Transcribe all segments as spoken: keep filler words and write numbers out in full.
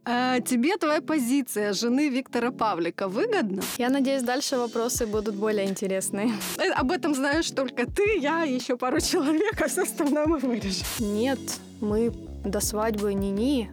А тебе твоя позиция жены Виктора Павлика выгодна? Я надеюсь, дальше вопросы будут более интересные. Об этом знаешь только ты, я, еще пару человек, а все остальное мы вырежем. Нет, мы до свадьбы ни-ни.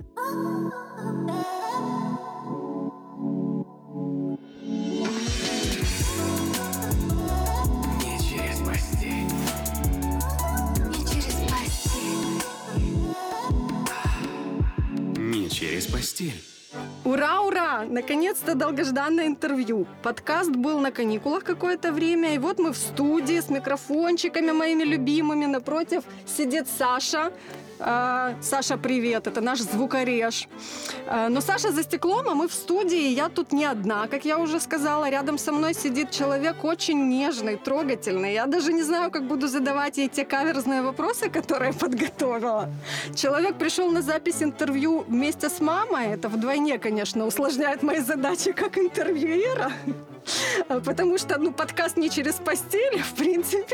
Через постель. Ура, ура! Наконец-то долгожданное интервью. Подкаст был на каникулах какое-то время, и вот мы в студии с микрофончиками моими любимыми. Напротив сидит Саша. А, Саша, привет, это наш звукореж. А, но Саша за стеклом, а мы в студии. Я тут не одна, как я уже сказала. Рядом со мной сидит человек очень нежный, трогательный. Я даже не знаю, как буду задавать ей те каверзные вопросы, которые я подготовила. Человек пришел на запись интервью вместе с мамой. Это вдвойне, конечно, усложняет мои задачи как интервьюера. Потому что, ну, подкаст не через постель, в принципе.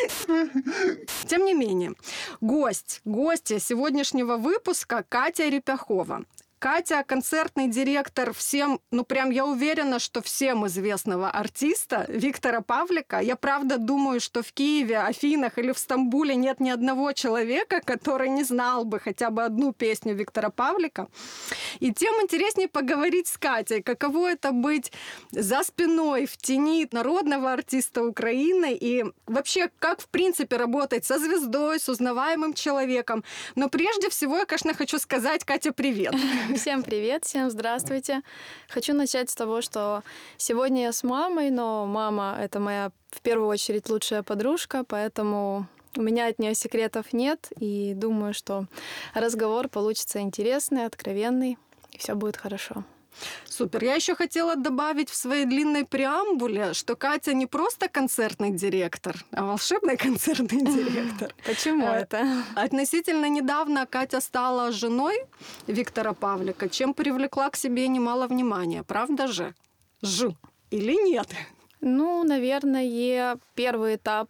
Тем не менее, гость, гостья сегодняшнего выпуска Катя Репяхова. Катя – концертный директор всем, ну прям я уверена, что всем известного артиста Виктора Павлика. Я правда думаю, что в Киеве, Афинах или в Стамбуле нет ни одного человека, который не знал бы хотя бы одну песню Виктора Павлика. И тем интереснее поговорить с Катей, каково это быть за спиной, в тени народного артиста Украины и вообще, как в принципе работать со звездой, с узнаваемым человеком. Но прежде всего я, конечно, хочу сказать, Катя, привет. Всем привет, всем здравствуйте. Хочу начать с того, что сегодня я с мамой, но мама – это моя, в первую очередь, лучшая подружка, поэтому у меня от нее секретов нет, и думаю, что разговор получится интересный, откровенный, и все будет хорошо. Супер. Я еще хотела добавить в своей длинной преамбуле, что Катя не просто концертный директор, а волшебный концертный директор. Почему это? Относительно недавно Катя стала женой Виктора Павлика, чем привлекла к себе немало внимания. Правда же? Ж. Или нет? Ну, наверное, первый этап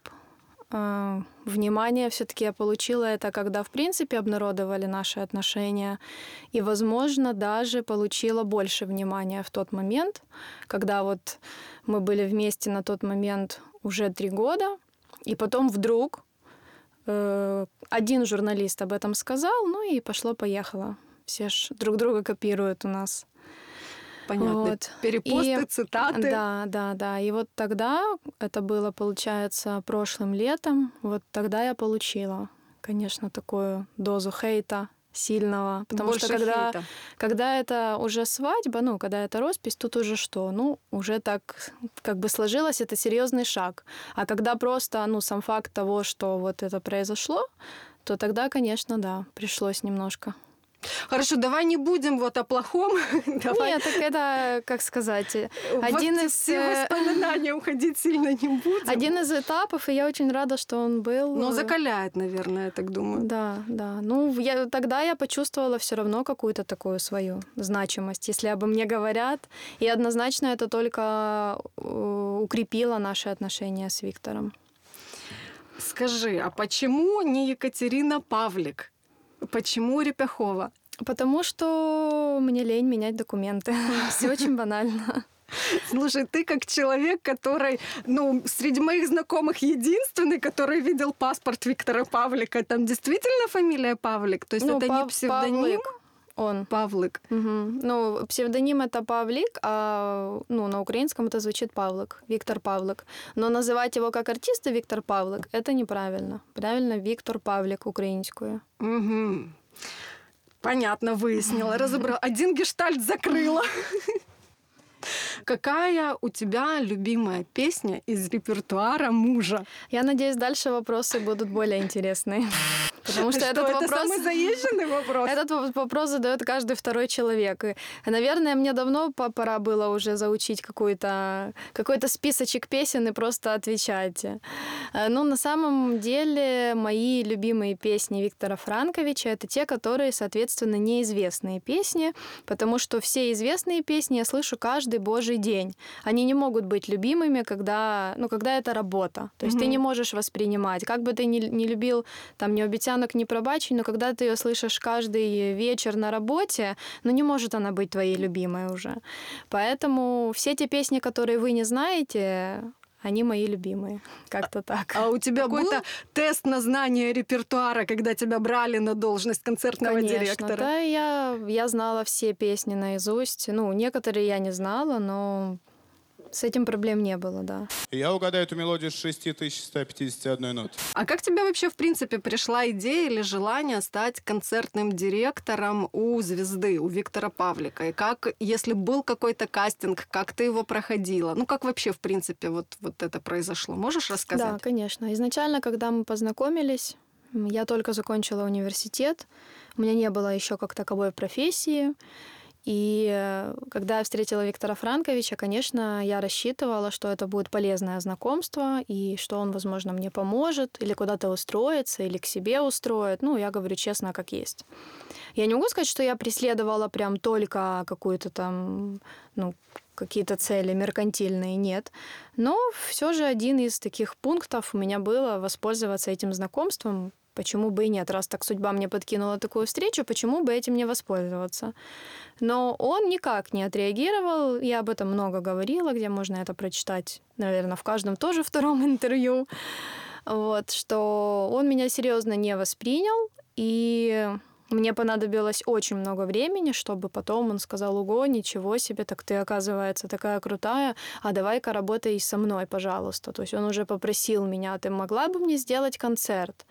э, внимания все-таки я получила это, когда, в принципе, обнародовали наши отношения. И, возможно, даже получила больше внимания в тот момент, когда вот мы были вместе на тот момент уже три года. И потом вдруг э, один журналист об этом сказал, ну и пошло-поехало. Все ж друг друга копируют у нас. Понятно. Вот. Перепосты, и, цитаты. Да, да, да. И вот тогда, это было, получается, прошлым летом, вот тогда я получила, конечно, такую дозу хейта сильного. Потому Больше что когда, хейта. когда это уже свадьба, ну, когда это роспись, тут уже что? Ну, уже так как бы сложилось, это серьезный шаг. А когда просто, ну, сам факт того, что вот это произошло, то тогда, конечно, да, пришлось немножко. Хорошо, давай не будем вот о плохом. Давай. Нет, так это, как сказать, один из... все воспоминания уходить сильно не будем. Один из этапов, и я очень рада, что он был. Но закаляет, наверное, я так думаю. Да, да. Ну, я, тогда я почувствовала все равно какую-то такую свою значимость, если обо мне говорят. И однозначно это только укрепило наши отношения с Виктором. Скажи, а почему не Екатерина Павлик? Почему Репяхова? Потому что мне лень менять документы. Все очень банально. Слушай, ты как человек, который, ну, среди моих знакомых единственный, который видел паспорт Виктора Павлика, там действительно фамилия Павлик? То есть ну, это Пав- не псевдоним? Павлик. Он. Павлик. Угу. Ну, псевдоним это Павлик, а ну, на украинском это звучит Павлик, Виктор Павлик. Но называть его как артиста Виктор Павлик это неправильно. Правильно Виктор Павлик украинскую. Угу. Понятно, выяснила, разобрала. Один гештальт закрыла. Какая у тебя любимая песня из репертуара мужа? Я надеюсь, дальше вопросы будут более интересные. Потому что, что этот это вопрос... самый заезженный вопрос? Этот вопрос задает каждый второй человек. И, наверное, мне давно пора было уже заучить какой-то, какой-то списочек песен и просто отвечать. Но на самом деле мои любимые песни Виктора Франковича – это те, которые, соответственно, неизвестные песни, потому что все известные песни я слышу каждый божий день. Они не могут быть любимыми, когда, ну, когда это работа. То есть mm-hmm. ты не можешь воспринимать. Как бы ты ни, ни любил там «Необіцяна портянок, ни про Бачень, но когда ты ее слышишь каждый вечер на работе, ну не может она быть твоей любимой уже. Поэтому все те песни, которые вы не знаете, они мои любимые. Как-то так. А у тебя Какой-то был тест на знание репертуара, когда тебя брали на должность концертного Конечно, директора? Да, я, я знала все песни наизусть. Ну, некоторые я не знала, но с этим проблем не было, да. Я угадаю эту мелодию с шесть тысяч сто пятьдесят одной ноты. А как тебе вообще, в принципе, пришла идея или желание стать концертным директором у звезды, у Виктора Павлика? И как, если был какой-то кастинг, как ты его проходила? Ну, как вообще, в принципе, вот, вот это произошло? Можешь рассказать? Да, конечно. Изначально, когда мы познакомились, я только закончила университет, у меня не было еще как таковой профессии. И когда я встретила Виктора Франковича, конечно, я рассчитывала, что это будет полезное знакомство, и что он, возможно, мне поможет, или куда-то устроится, или к себе устроит. Ну, я говорю честно, как есть. Я не могу сказать, что я преследовала прям только какую-то там, ну, какие-то цели меркантильные, нет. Но все же один из таких пунктов у меня было воспользоваться этим знакомством. Почему бы и нет? Раз так судьба мне подкинула такую встречу, почему бы этим не воспользоваться? Но он никак не отреагировал. Я об этом много говорила, где можно это прочитать, наверное, в каждом тоже втором интервью. Вот, что он меня серьезно не воспринял, и мне понадобилось очень много времени, чтобы потом он сказал: ого, ничего себе, так ты, оказывается, такая крутая, а давай-ка работай со мной, пожалуйста. То есть он уже попросил меня: ты могла бы мне сделать концерт?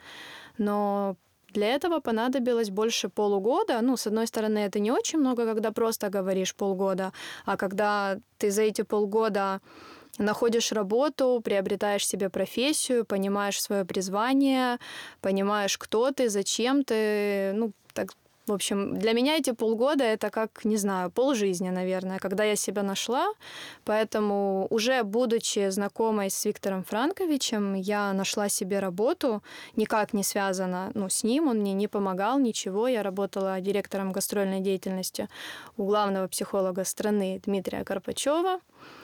Но для этого понадобилось больше полугода. Ну, с одной стороны, это не очень много, когда просто говоришь полгода, а когда ты за эти полгода находишь работу, приобретаешь себе профессию, понимаешь свое призвание, понимаешь, кто ты, зачем ты, ну, так. В общем, для меня эти полгода — это как, не знаю, полжизни, наверное, когда я себя нашла. Поэтому уже будучи знакомой с Виктором Франковичем, я нашла себе работу, никак не связана, ну, с ним, он мне не помогал, ничего. Я работала директором гастрольной деятельности у главного психолога страны Дмитрия Карпачева.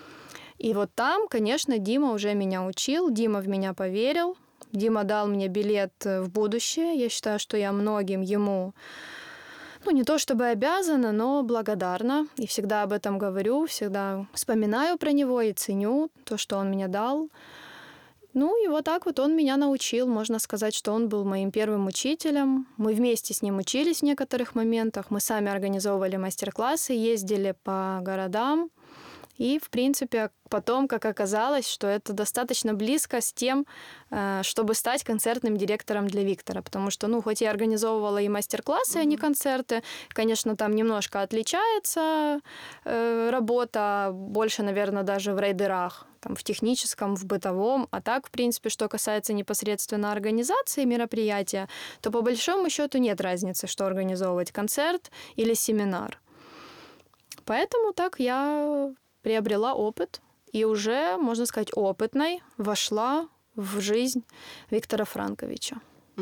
И вот там, конечно, Дима уже меня учил, Дима в меня поверил, Дима дал мне билет в будущее. Я считаю, что я многим ему, ну, не то чтобы обязана, но благодарна. И всегда об этом говорю, всегда вспоминаю про него и ценю то, что он мне дал. Ну, и вот так вот он меня научил. Можно сказать, что он был моим первым учителем. Мы вместе с ним учились в некоторых моментах. Мы сами организовывали мастер-классы, ездили по городам. И, в принципе, потом, как оказалось, что это достаточно близко с тем, чтобы стать концертным директором для Виктора. Потому что, ну, хоть я организовывала и мастер-классы, mm-hmm. а не концерты, конечно, там немножко отличается э, работа, больше, наверное, даже в рейдерах, там, в техническом, в бытовом. А так, в принципе, что касается непосредственно организации мероприятия, то по большому счету нет разницы, что организовывать концерт или семинар. Поэтому так я приобрела опыт и уже, можно сказать, опытной вошла в жизнь Виктора Франковича.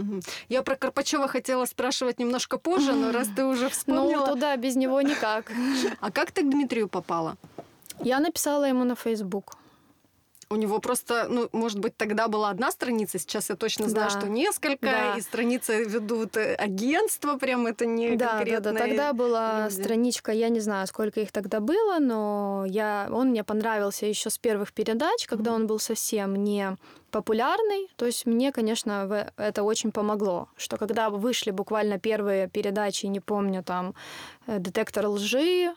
Я про Карпачева хотела спрашивать немножко позже, но раз ты уже вспомнила... Ну, туда без него никак. А как ты к Дмитрию попала? Я написала ему на Facebook. У него просто, ну, может быть, тогда была одна страница, сейчас я точно знаю, да. что несколько, да. и страницы ведут агентство, прям это не да, конкретные Да, да, тогда была люди. страничка, я не знаю, сколько их тогда было, но я, он мне понравился еще с первых передач, когда mm-hmm. он был совсем не популярный. То есть мне, конечно, это очень помогло, что когда вышли буквально первые передачи, не помню, там, «Детектор лжи»,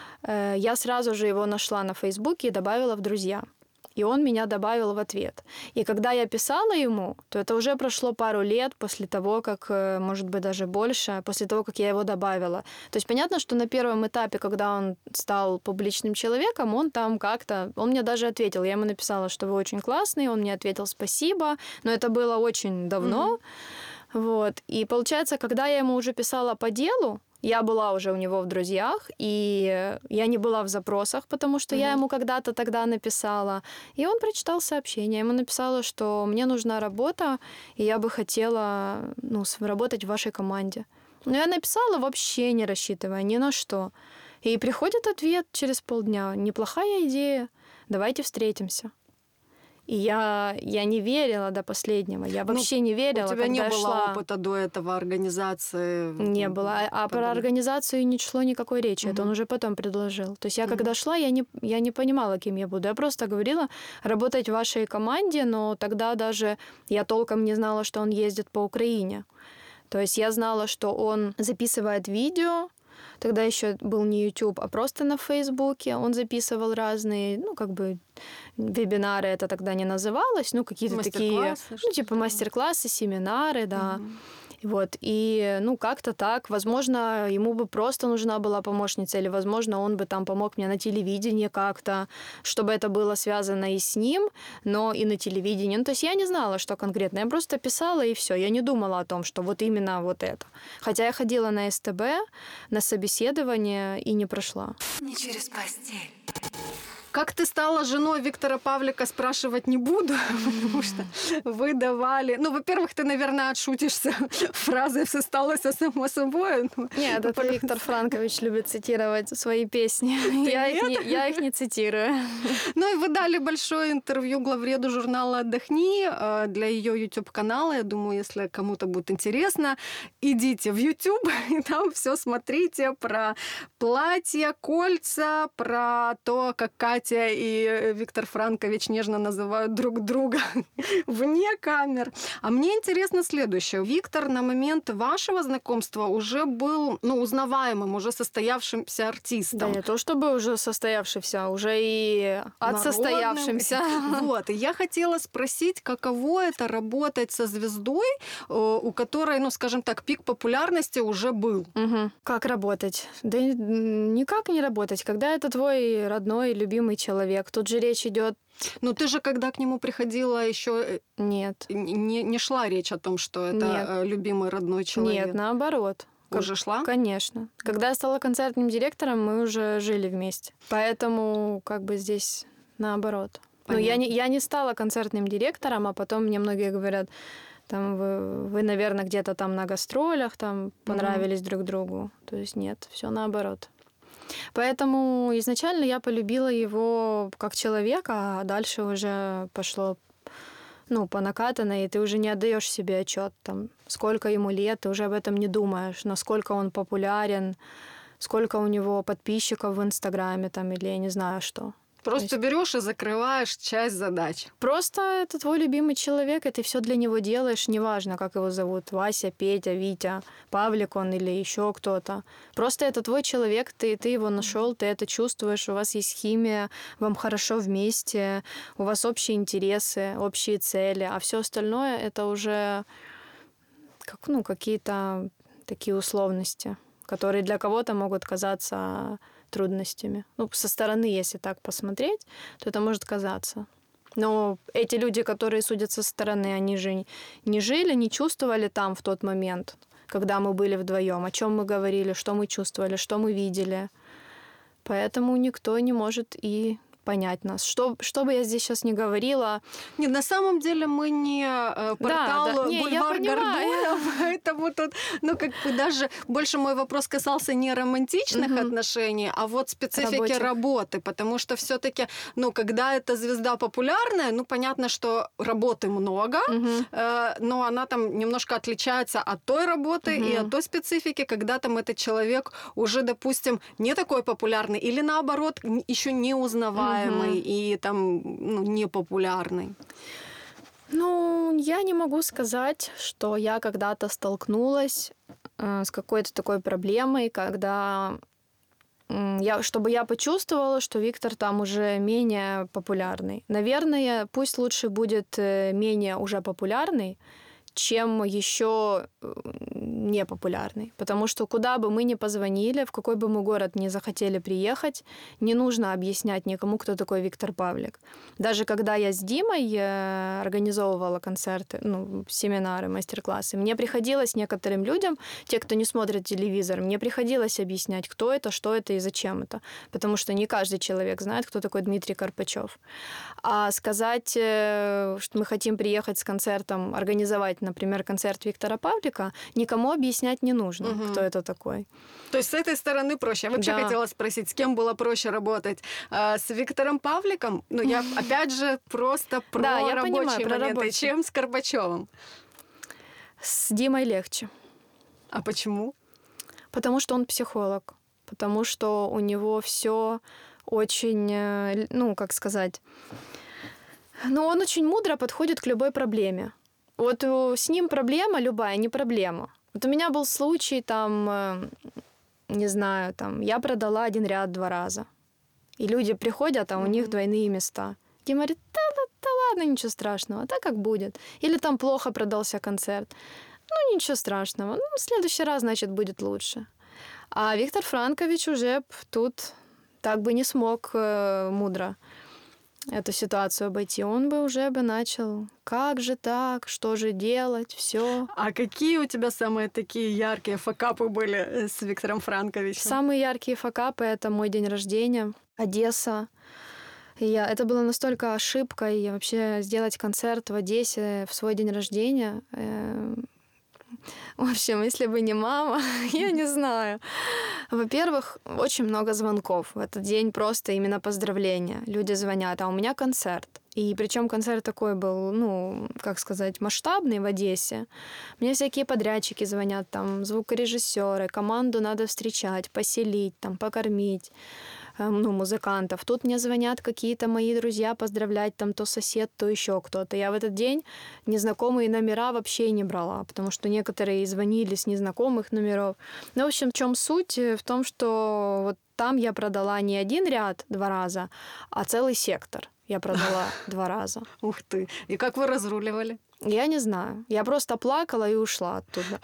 я сразу же его нашла на Фейсбуке и добавила в друзья. И он меня добавил в ответ. И когда я писала ему, то это уже прошло пару лет после того, как, может быть, даже больше, после того, как я его добавила. То есть понятно, что на первом этапе, когда он стал публичным человеком, он там как-то... Он мне даже ответил. Я ему написала, что вы очень классный. Он мне ответил спасибо. Но это было очень давно. Mm-hmm. Вот. И получается, когда я ему уже писала по делу, я была уже у него в друзьях, и я не была в запросах, потому что mm-hmm. я ему когда-то тогда написала. И он прочитал сообщение. Я ему написала, что мне нужна работа, и я бы хотела, ну, работать в вашей команде. Но я написала, вообще не рассчитывая ни на что. И приходит ответ через полдня. Неплохая идея. Давайте встретимся. И я, я не верила до последнего. Я вообще ну, не верила, у тебя когда не было шла. опыта до этого организации? Не было. А, а про организацию не шло никакой речи. Угу. Это он уже потом предложил. То есть я Угу. когда шла, я не, я не понимала, кем я буду. Я просто говорила работать в вашей команде, но тогда даже я толком не знала, что он ездит по Украине. То есть я знала, что он записывает видео. Тогда еще был не YouTube, а просто на Фейсбуке. Он записывал разные, ну, как бы, вебинары это тогда не называлось, ну, какие-то такие, ну, типа мастер-классы, семинары, да. Угу. Вот, и, ну, как-то так. Возможно, ему бы просто нужна была помощница, или, возможно, он бы там помог мне на телевидении как-то, чтобы это было связано и с ним, но и на телевидении. Ну, то есть я не знала, что конкретно. Я просто писала, и все. Я не думала о том, что вот именно вот это. Хотя я ходила на СТБ, на собеседование, и не прошла. Не через постель. Как ты стала женой Виктора Павлика, спрашивать не буду, потому что вы давали... Ну, во-первых, ты, наверное, отшутишься фразой «все сталось само собой». Ну, Нет, это Виктор Франкович любит цитировать свои песни. Я их, не, я их не цитирую. Ну и вы дали большое интервью главреду журнала «Отдохни» для ее YouTube-канала. Я думаю, если кому-то будет интересно, идите в YouTube и там все смотрите про платья, кольца, про то, как Катя и Виктор Франкович нежно называют друг друга вне камер. А мне интересно следующее. Виктор на момент вашего знакомства уже был, ну, узнаваемым, уже состоявшимся артистом. Да не то чтобы уже состоявшийся, уже и отсостоявшимся. Вот. И я хотела спросить, каково это работать со звездой, у которой, ну, скажем так, пик популярности уже был. Угу. Как работать? Да никак не работать. Когда это твой родной, любимый человек, тут же речь идет. Но ты же, когда к нему приходила, еще нет, не, не шла речь о том, что это Нет. любимый родной человек. Нет, наоборот. Уже шла? Конечно. Когда я стала концертным директором, мы уже жили вместе. Поэтому как бы здесь наоборот. Ну, я не, я не стала концертным директором, а потом мне многие говорят, там вы, вы наверное, где-то там на гастролях, там понравились mm-hmm. друг другу. То есть нет, все наоборот. Поэтому изначально я полюбила его как человека, а дальше уже пошло, ну, по накатанной, и ты уже не отдаешь себе отчет, там, сколько ему лет, ты уже об этом не думаешь, насколько он популярен, сколько у него подписчиков в Инстаграме, там, или я не знаю что. Просто есть... берешь и закрываешь часть задач. Просто это твой любимый человек, и ты все для него делаешь, неважно, как его зовут, Вася, Петя, Витя, Павлик он или еще кто-то. Просто это твой человек, ты, ты его нашел, ты это чувствуешь, у вас есть химия, вам хорошо вместе, у вас общие интересы, общие цели, а все остальное это уже как, ну, какие-то такие условности, которые для кого-то могут казаться трудностями. Ну, со стороны, если так посмотреть, то это может казаться. Но эти люди, которые судят со стороны, они же не жили, не чувствовали там в тот момент, когда мы были вдвоем, о чем мы говорили, что мы чувствовали, что мы видели. Поэтому никто не может и понять нас. Что, что бы я здесь сейчас не говорила... Не, на самом деле мы не э, портал да, да. Не, Бульвар Гордона, поэтому тут, ну, как бы даже больше мой вопрос касался не романтичных угу. отношений, а вот специфики Рабочих. работы, потому что все-таки, ну, когда эта звезда популярная, ну, понятно, что работы много, угу. э, но она там немножко отличается от той работы угу. и от той специфики, когда там этот человек уже, допустим, не такой популярный или, наоборот, еще не узнаваемый. Mm-hmm. и там, ну, непопулярный? Ну, я не могу сказать, что я когда-то столкнулась э, с какой-то такой проблемой, когда э, я, чтобы я почувствовала, что Виктор там уже менее популярный. Наверное, пусть лучше будет менее уже популярный, чем еще не популярный. Потому что куда бы мы ни позвонили, в какой бы мы город ни захотели приехать, не нужно объяснять никому, кто такой Виктор Павлик. Даже когда я с Димой организовывала концерты, ну, семинары, мастер-классы, мне приходилось некоторым людям, те, кто не смотрит телевизор, мне приходилось объяснять, кто это, что это и зачем это. Потому что не каждый человек знает, кто такой Дмитрий Карпачев. А сказать, что мы хотим приехать с концертом, организовать, например, концерт Виктора Павлика, никому объяснять не нужно, Мгм. кто это такой. То есть с этой стороны проще. Я вообще Да. хотела спросить, с кем было проще работать? А, с Виктором Павликом? Ну, я опять же просто про Да, я рабочие понимаю, про моменты. рабочие. Чем с Горбачевым? С Димой легче, А почему? потому что он психолог, потому что у него все очень, э, л- ну, как сказать, ну, он очень мудро подходит к любой проблеме. Вот э, с ним проблема любая, не проблема. Вот у меня был случай, там, э, не знаю, там, я продала один ряд два раза. И люди приходят, а у них Мгм. двойные места. Дима говорит, да, да, да ладно, ничего страшного, так как будет. Или там плохо продался концерт. Ну, ничего страшного. Ну, в следующий раз, значит, будет лучше. А Виктор Франкович уже б тут так бы не смог э, мудро эту ситуацию обойти. Он бы уже бы начал, как же так, что же делать, все. А какие у тебя самые такие яркие факапы были э, с Виктором Франковичем? Самые яркие факапы — это мой день рождения, Одесса. И я, это было настолько ошибкой вообще сделать концерт в Одессе в свой день рождения. Э, В общем, если бы не мама, я не знаю. Во-первых, очень много звонков. В этот день просто именно поздравления. Люди звонят, а у меня концерт. И причем концерт такой был, ну, как сказать, масштабный в Одессе. Мне всякие подрядчики звонят, там, звукорежиссеры, команду надо встречать, поселить, там, покормить, э, ну, музыкантов. Тут мне звонят какие-то мои друзья поздравлять, там, то сосед, то еще кто-то. Я в этот день незнакомые номера вообще не брала, потому что некоторые звонили с незнакомых номеров. Ну, в общем, в чем суть? В том, что вот там я продала не один ряд два раза, а целый сектор я продала два раза. Ух ты. И как вы разруливали? Я не знаю. Я просто плакала и ушла оттуда.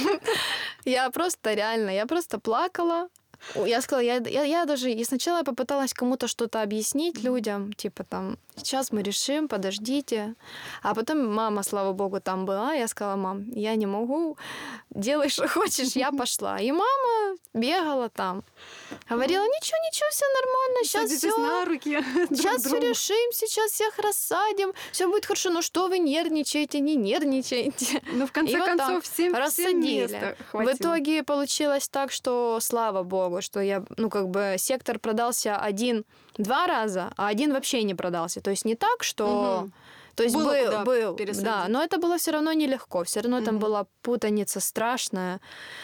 Я просто реально, я просто плакала. Я сказала, я, я, я даже... И сначала я попыталась кому-то что-то объяснить людям, типа там, сейчас мы решим, подождите. А потом мама, слава богу, там была. Я сказала, мам, я не могу, делай, что хочешь, я пошла. И мама бегала там. Говорила, ничего, ничего, все нормально, сейчас Садитесь все... на руки друг Сейчас все другу. решим, сейчас всех рассадим, все будет хорошо. Ну что вы нервничаете, не нервничайте. Ну, в конце И вот концов, так всем, всем рассадили. места В хватило. итоге получилось так, что, слава богу, что я, ну, как бы, сектор продался один два раза, а один вообще не продался. То есть не так, что... Мгм. То есть Было был, куда был, пересадить. да, но это было все равно нелегко. Все равно там Мгм. была путаница страшная.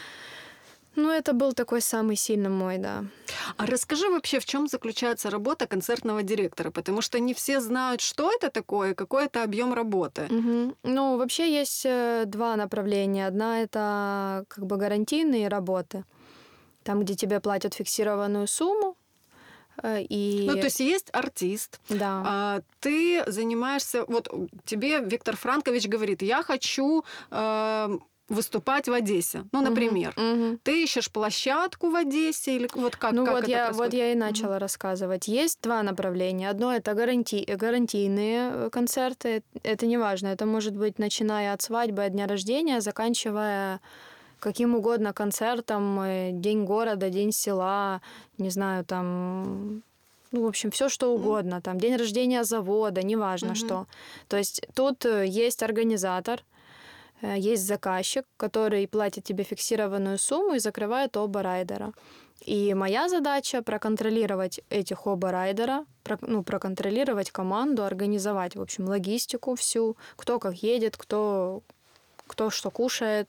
Ну, это был такой самый сильный мой, да. А расскажи вообще, в чем заключается работа концертного директора? Потому что не все знают, что это такое, какой это объем работы. Мгм. Ну, вообще есть э, два направления. Одна — это как бы гарантийные работы, там, где тебе платят фиксированную сумму. э, И... Ну, то есть есть артист, Да. а, ты занимаешься... Вот тебе Виктор Франкович говорит, я хочу э, выступать в Одессе, ну, Мгм, например. мгм. Ты ищешь площадку в Одессе или вот как, Ну как вот это я, вот происходит? я и Мгм. начала рассказывать. Есть два направления. Одно — это гаранти... гарантийные э, концерты. Это не важно. Это может быть начиная от свадьбы, от дня рождения, заканчивая каким угодно концертом, э, день города, день села, не знаю, там... Ну, в общем, все что угодно. Там день рождения завода, неважно Мгм. что. То есть тут э, есть организатор, э, есть заказчик, который платит тебе фиксированную сумму и закрывает оба райдера. И моя задача проконтролировать этих оба райдера, про- ну, проконтролировать команду, организовать, в общем, логистику всю, кто как едет, кто, кто что кушает.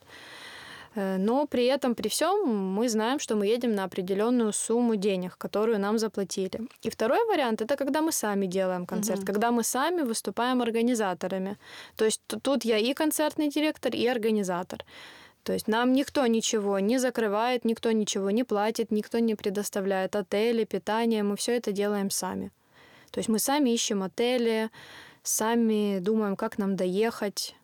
Э, Но при этом, при всем, мы знаем, что мы едем на определенную сумму денег, которую нам заплатили. И второй вариант — это когда мы сами делаем концерт, Мгм. когда мы сами выступаем организаторами. То есть т- тут я и концертный директор, и организатор. То есть нам никто ничего не закрывает, никто ничего не платит, никто не предоставляет отели, питание. Мы все это делаем сами. То есть мы сами ищем отели, сами думаем, как нам доехать,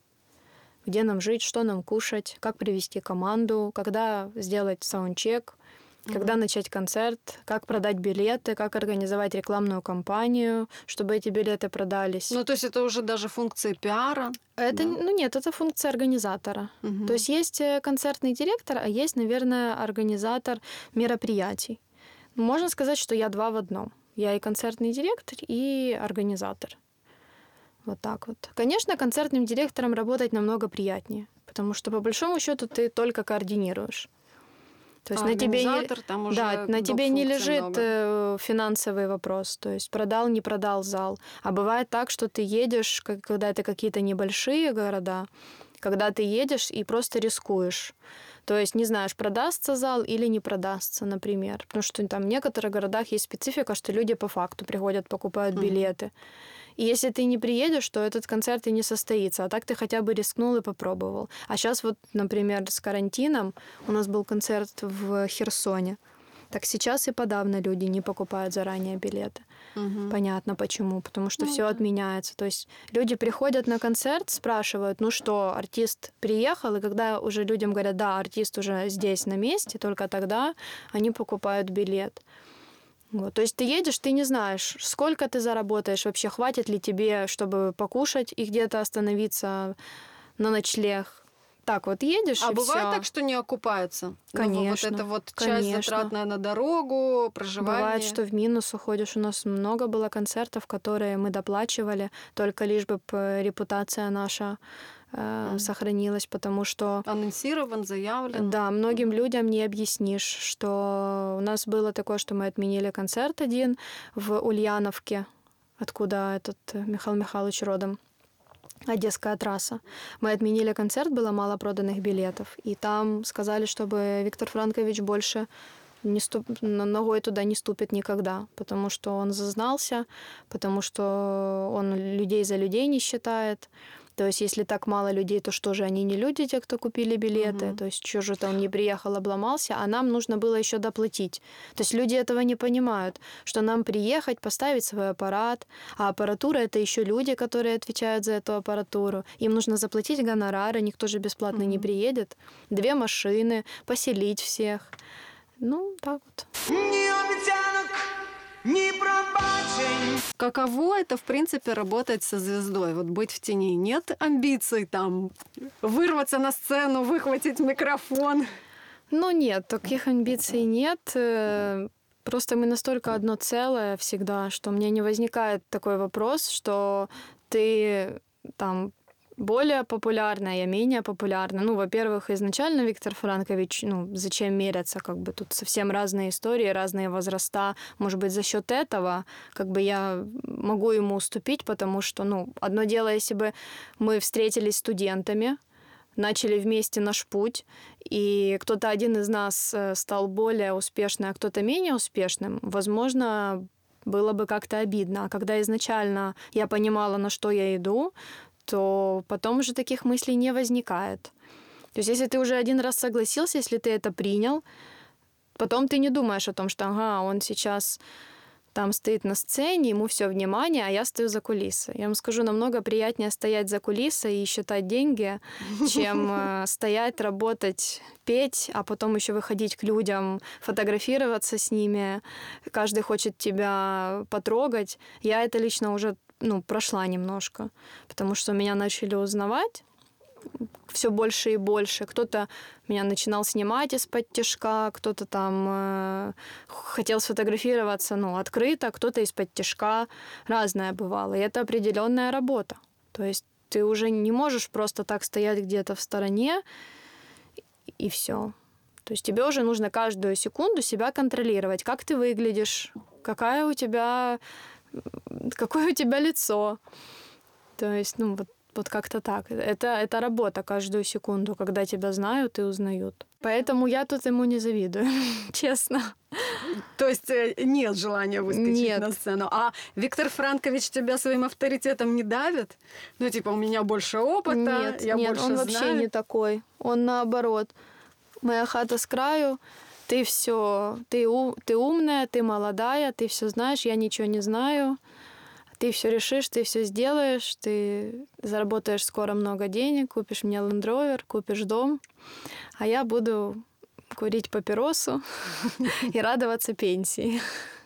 где нам жить, что нам кушать, как привести команду, когда сделать саундчек, когда начать концерт, как продать билеты, как организовать рекламную кампанию, чтобы эти билеты продались. Ну, то есть это уже даже функции пиара. это, да. ну нет, это функция организатора. Мгм. То есть есть э, концертный директор, а есть, наверное, организатор мероприятий. Можно сказать, что я два в одном. Я и концертный директор, и организатор. Вот так вот. Конечно, концертным директором работать намного приятнее, потому что по большому счету ты только координируешь. То есть а на тебе не, там уже да, на тебе не лежит много. финансовый вопрос, то есть продал, не продал зал. А бывает так, что ты едешь, когда это какие-то небольшие города, когда ты едешь и просто рискуешь. То есть не знаешь, продастся зал или не продастся, например. Потому что там в некоторых городах есть специфика, что люди по факту приходят, покупают билеты. И если ты не приедешь, то этот концерт и не состоится. А так ты хотя бы рискнул и попробовал. А сейчас вот, например, с карантином у нас был концерт в Херсоне. Так сейчас и подавно люди не покупают заранее билеты. Угу. Понятно почему. Потому что Ну, все да. отменяется. То есть люди приходят на концерт, спрашивают, ну что, артист приехал, и когда уже людям говорят, да, артист уже здесь на месте, только тогда они покупают билет. Вот. То есть ты едешь, ты не знаешь, сколько ты заработаешь, вообще хватит ли тебе, чтобы покушать и где-то остановиться на ночлег. Так вот едешь, А и бывает всё. так, что не окупается? Конечно, Ну, вот эта вот часть конечно. затратная на дорогу, проживание. Бывает, что в минус уходишь. У нас много было концертов, которые мы доплачивали, только лишь бы п- репутация наша э, Мгм. сохранилась, потому что Анонсирован, заявлен. да, многим людям не объяснишь, что у нас было такое, что мы отменили концерт один в Ульяновке, откуда этот э, Михаил Михайлович родом. Одесская трасса. Мы отменили концерт, было мало проданных билетов. И там сказали, чтобы Виктор Франкович больше не ступ... ногой туда не ступит никогда, потому что он зазнался, потому что он людей за людей не считает. То есть, если так мало людей, то что же, они не люди, те, кто купили билеты? Мгм. То есть, что же-то он не приехал, обломался, а нам нужно было еще доплатить. То есть, люди этого не понимают, что нам приехать, поставить свой аппарат, а аппаратура — это еще люди, которые отвечают за эту аппаратуру. Им нужно заплатить гонорары, никто же бесплатно не Мгм. приедет. Две машины, поселить всех. Ну, так вот. Ні обіцянок, ні пробачень. Каково это, в принципе, работать со звездой? Вот быть в тени. Нет амбиций там вырваться на сцену, выхватить микрофон? Ну, нет, таких амбиций нет. Э, Просто мы настолько одно целое всегда, что мне не возникает такой вопрос, что ты там более популярная, я менее популярна. Ну, во-первых, изначально Виктор Франкович, ну, зачем меряться, как бы тут совсем разные истории, разные возраста. Может быть, за счет этого как бы я могу ему уступить, потому что, ну, одно дело, если бы мы встретились студентами, начали вместе наш путь, и кто-то один из нас э, стал более успешным, а кто-то менее успешным, возможно, было бы как-то обидно. А когда изначально я понимала, на что я иду, то потом уже таких мыслей не возникает. То есть если ты уже один раз согласился, если ты это принял, потом ты не думаешь о том, что ага, он сейчас там стоит на сцене, ему все внимание, а я стою за кулисой. Я вам скажу, намного приятнее стоять за кулисой и считать деньги, чем э, стоять, работать, петь, а потом еще выходить к людям, фотографироваться с ними. Каждый хочет тебя потрогать. Я это лично уже ну, прошла немножко, потому что меня начали узнавать все больше и больше. Кто-то меня начинал снимать из-под тишка, кто-то там э, хотел сфотографироваться, ну, открыто, кто-то из-под тишка. Разное бывало. И это определенная работа. То есть ты уже не можешь просто так стоять где-то в стороне и все. То есть тебе уже нужно каждую секунду себя контролировать. Как ты выглядишь, какая у тебя, какое у тебя лицо. То есть, ну, вот Вот как-то так. Это, это работа каждую секунду, когда тебя знают и узнают. Поэтому я тут ему не завидую, честно. То есть э, нет желания выскочить Нет. на сцену. А Виктор Франкович тебя своим авторитетом не давит? Ну, типа, у меня больше опыта, Нет, я нет, больше он вообще знаю. не такой. Он наоборот. Моя хата с краю, ты все, ты, у, ты умная, ты молодая, ты все знаешь, я ничего не знаю. Ты все решишь, ты все сделаешь, ты заработаешь скоро много денег, купишь мне Land Rover, купишь дом, а я буду курить папиросу и радоваться пенсии.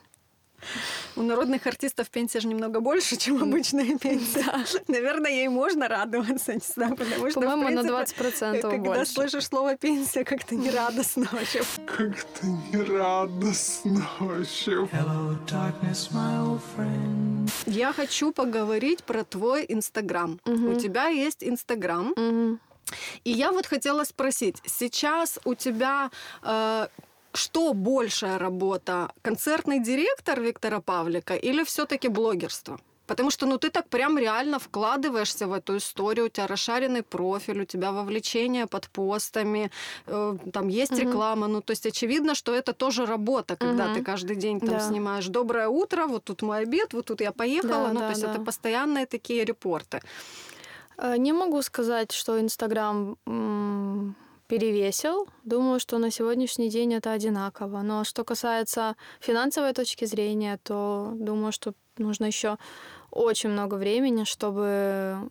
У народных артистов пенсия же немного больше, чем обычная пенсия. Наверное, ей можно радоваться, не знаю, потому что, в По-моему, на принципе, двадцать процентов когда больше. слышишь слово «пенсия», как-то нерадостно вообще. Как-то нерадостно вообще. Hello, darkness, my old friend. Я хочу поговорить про твой Инстаграм. Мгм. У тебя есть Инстаграм. Мгм. И я вот хотела спросить, сейчас у тебя э, что большая работа? Концертный директор Виктора Павлика или все-таки блогерство? Потому что, ну, ты так прям реально вкладываешься в эту историю, у тебя расшаренный профиль, у тебя вовлечение под постами, э, там есть Мгм. реклама, ну, то есть очевидно, что это тоже работа, когда Мгм. ты каждый день там Да. снимаешь «Доброе утро», вот тут мой обед, вот тут я поехала, Да, ну, да, то есть да. это постоянные такие репорты. Э, Не могу сказать, что Инстаграм м, перевесил. Думаю, что на сегодняшний день это одинаково. Но что касается финансовой точки зрения, то думаю, что нужно еще очень много времени, чтобы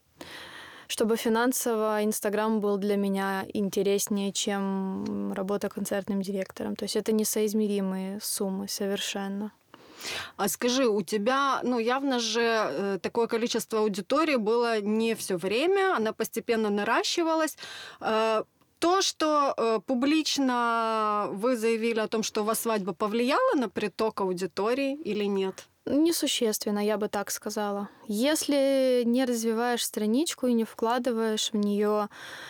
чтобы финансово Инстаграм был для меня интереснее, чем работа концертным директором. То есть это несоизмеримые суммы совершенно. А скажи, у тебя, ну, явно же э, такое количество аудитории было не все время, она постепенно наращивалась. Э, То, что э, публично вы заявили о том, что у вас свадьба повлияла на приток аудитории или нет? Несущественно, я бы так сказала. Если не развиваешь страничку и не вкладываешь в нее,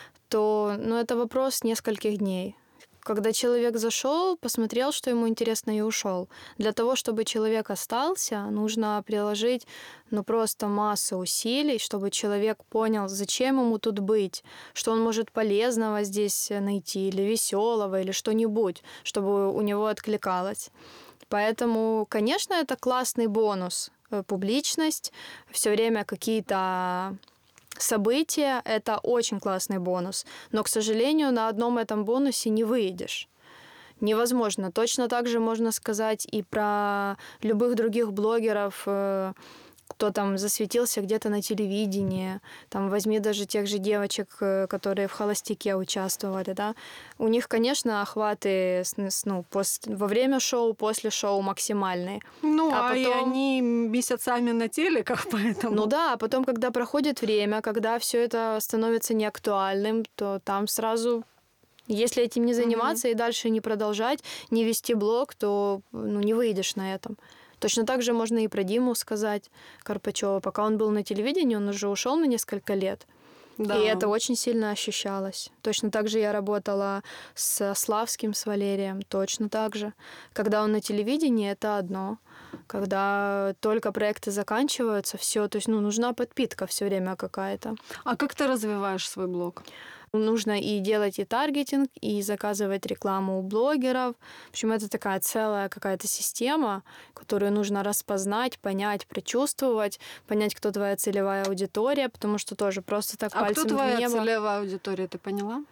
то ну, это вопрос нескольких дней. Когда человек зашел, посмотрел, что ему интересно, и ушел. Для того, чтобы человек остался, нужно приложить ну, просто массу усилий, чтобы человек понял, зачем ему тут быть, что он может полезного здесь найти, или веселого, или что-нибудь, чтобы у него откликалось. Поэтому, конечно, это классный бонус. Э, Публичность, все время какие-то события — это очень классный бонус. Но, к сожалению, на одном этом бонусе не выйдешь. Невозможно. Точно так же можно сказать и про любых других блогеров, э, кто там засветился где-то на телевидении. Там возьми даже тех же девочек, э, которые в «Холостяке» участвовали, да. У них, конечно, охваты с- с- ну, пос- во время шоу, после шоу максимальные. Ну, А а, и потом- они месяцами на телеках, поэтому... Ну да, а потом, когда проходит время, когда все это становится неактуальным, то там сразу, если этим не заниматься и дальше не продолжать, не вести блог, то ну, не выйдешь на этом. Точно так же можно и про Диму сказать Карпачева. Пока он был на телевидении, он уже ушел на несколько лет. Да. И это очень сильно ощущалось. Точно так же я работала с Славским, с Валерием. Точно так же. Когда он на телевидении, это одно. Когда только проекты заканчиваются, все, то есть ну, нужна подпитка все время какая-то. А как ты развиваешь свой блог? Нужно и делать и таргетинг, и заказывать рекламу у блогеров. В общем, это такая целая какая-то система, которую нужно распознать, понять, прочувствовать, понять, кто твоя целевая аудитория, потому что тоже просто так А пальцем кто в твоя небо. целевая аудитория, ты поняла?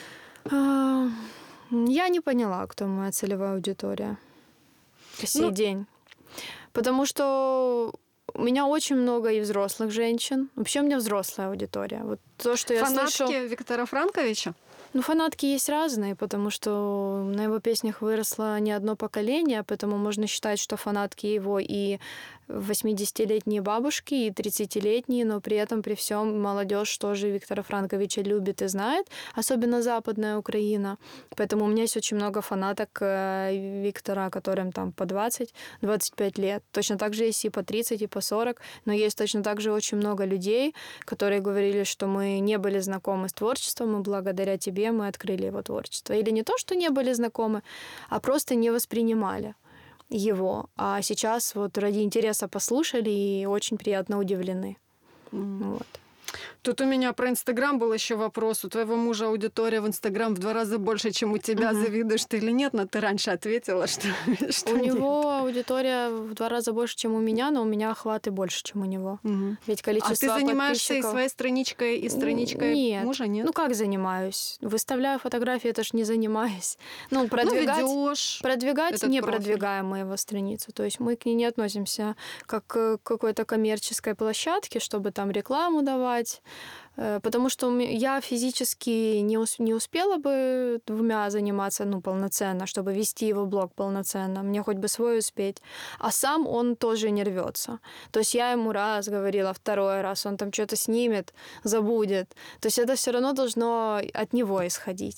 А, Я не поняла, кто моя целевая аудитория по сей Ну- день. Потому что у меня очень много и взрослых женщин. Вообще у меня взрослая аудитория. Вот то, что я Фанатки слышу... Виктора Франковича? Ну, фанатки есть разные, потому что на его песнях выросло не одно поколение, поэтому можно считать, что фанатки его и восьмидесятилетние бабушки, и тридцатилетние, но при этом, при всем молодежь тоже Виктора Франковича любит и знает, особенно западная Украина. Поэтому у меня есть очень много фанаток э, Виктора, которым там по двадцать-двадцать пять лет. Точно так же есть и по тридцать, и по сорок, но есть точно так же очень много людей, которые говорили, что мы не были знакомы с творчеством, и благодаря тебе мы открыли его творчество. Или не то, что не были знакомы, а просто не воспринимали его. А сейчас вот ради интереса послушали и очень приятно удивлены. Вот. Тут у меня про Инстаграм был еще вопрос. У твоего мужа аудитория в Инстаграм в два раза больше, чем у тебя. Мгм. Завидуешь ты или нет? Но ты раньше ответила, что, что У нет. него аудитория в два раза больше, чем у меня, но у меня охваты больше, чем у него. Мгм. Ведь А количество ты занимаешься и подписчиков- своей страничкой, и страничкой Нет. мужа, нет? Ну как занимаюсь? Выставляю фотографии, это ж не занимаюсь. Ну, Ну, продвигать... ведёшь. Продвигать этот не профиль. продвигаем мы его страницу. То есть мы к ней не относимся как к какой-то коммерческой площадке, чтобы там рекламу давать. Э, Потому что у ме- я физически не, ус- не успела бы двумя заниматься ну, полноценно, чтобы вести его блог полноценно. Мне хоть бы свой успеть. А сам он тоже не рвется. То есть я ему раз говорила, второй раз, он там что-то снимет, забудет. То есть это все равно должно от него исходить.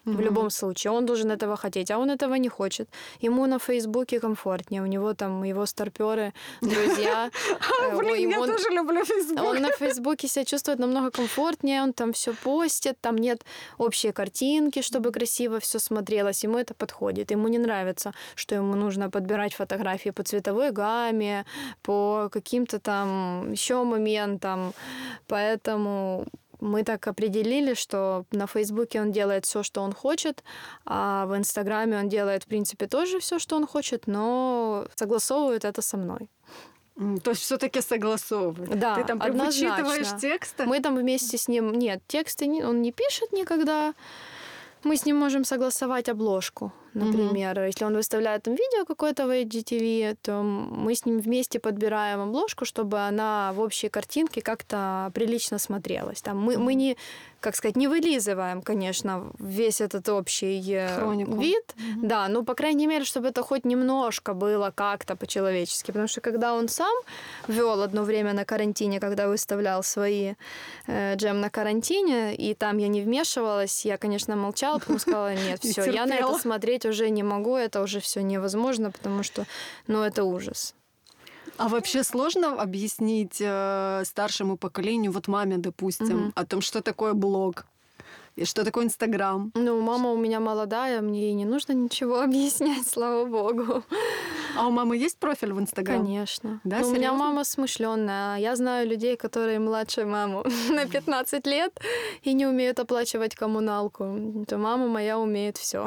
В любом случае, он должен этого хотеть, а он этого не хочет. Ему на Фейсбуке комфортнее, у него там его старпёры, друзья. Блин, я тоже люблю Фейсбук. Он на Фейсбуке себя чувствует намного комфортнее, он там все постит, там нет общей картинки, чтобы красиво все смотрелось, ему это подходит. Ему не нравится, что ему нужно подбирать фотографии по цветовой гамме, по каким-то там еще моментам, поэтому... Мы так определили, что на Фейсбуке он делает все, что он хочет, а в Инстаграме он делает, в принципе, тоже все, что он хочет, но согласовывает это со мной. То есть все-таки согласовывает. Да, Ты там прям однозначно. вычитываешь тексты? Мы там вместе с ним... Нет, тексты не... он не пишет никогда. Мы с ним можем согласовать обложку. Например, mm-hmm. если он выставляет там видео какое-то в эйч ди ти ви, то мы с ним вместе подбираем обложку, чтобы она в общей картинке как-то прилично смотрелась. Там мы, mm-hmm. мы не, как сказать, не вылизываем, конечно, весь этот общий Хронику. вид, mm-hmm. да, но, по крайней мере, чтобы это хоть немножко было как-то по-человечески. Потому что когда он сам вел одно время на карантине, когда выставлял свои э, джем на карантине, и там я не вмешивалась, я, конечно, молчала, потому сказала, нет, все, я на это смотреть уже не могу, это уже все невозможно, потому что, ну, это ужас. А вообще сложно объяснить э, старшему поколению, вот маме, допустим, mm-hmm. о том, что такое блог и что такое Инстаграм? Ну, мама у меня молодая, мне ей не нужно ничего объяснять, слава богу. А у мамы есть профиль в Инстаграм? Конечно. Да, ну, у меня серьезно? мама смышленная. Я знаю людей, которые младше маму на пятнадцать лет и не умеют оплачивать коммуналку. То мама моя умеет все.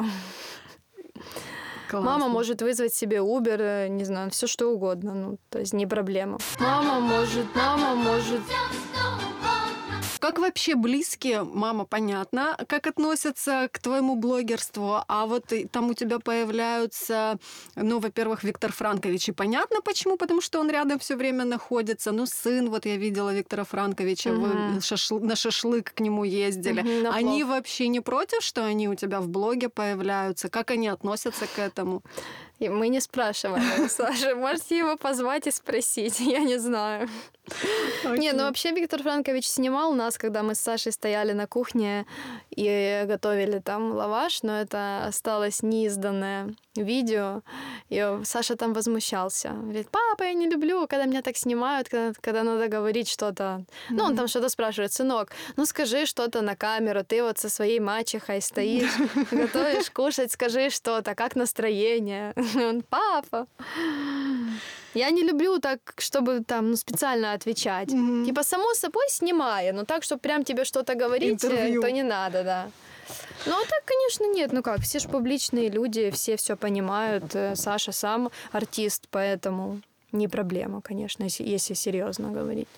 Классно. Мама может вызвать себе Uber, не знаю, все что угодно, ну, то есть не проблема. Мама может, мама может... Как вообще близкие, мама, понятно, как относятся к твоему блогерству, а вот и там у тебя появляются, ну, во-первых, Виктор Франкович, и понятно почему, потому что он рядом все время находится, ну, сын, вот я видела Виктора Франковича, Угу. вы шашл- на шашлык к нему ездили, Угу, на они плов. вообще не против, что они у тебя в блоге появляются, как они относятся к этому? И мы не спрашивали у Саши. Можете его позвать и спросить, я не знаю. Окей. Не, ну вообще Виктор Франкович снимал нас, когда мы с Сашей стояли на кухне и готовили там лаваш, но это осталось неизданное видео. И Саша там возмущался. Говорит, папа, я не люблю, когда меня так снимают, когда, когда надо говорить что-то. Ну, он там что-то спрашивает, сынок, ну скажи что-то на камеру, ты вот со своей мачехой стоишь, готовишь кушать, скажи что-то, как настроение? Он, папа. Я не люблю так, чтобы там ну, специально отвечать. Мгм. Типа, само собой, снимая, но так, чтобы прям тебе что-то говорить, э, Интервью. то не надо, да. Ну, а так, конечно, нет. Ну как, все же публичные люди, все все понимают. Э, Саша сам артист, поэтому не проблема, конечно, если, если серьезно говорить.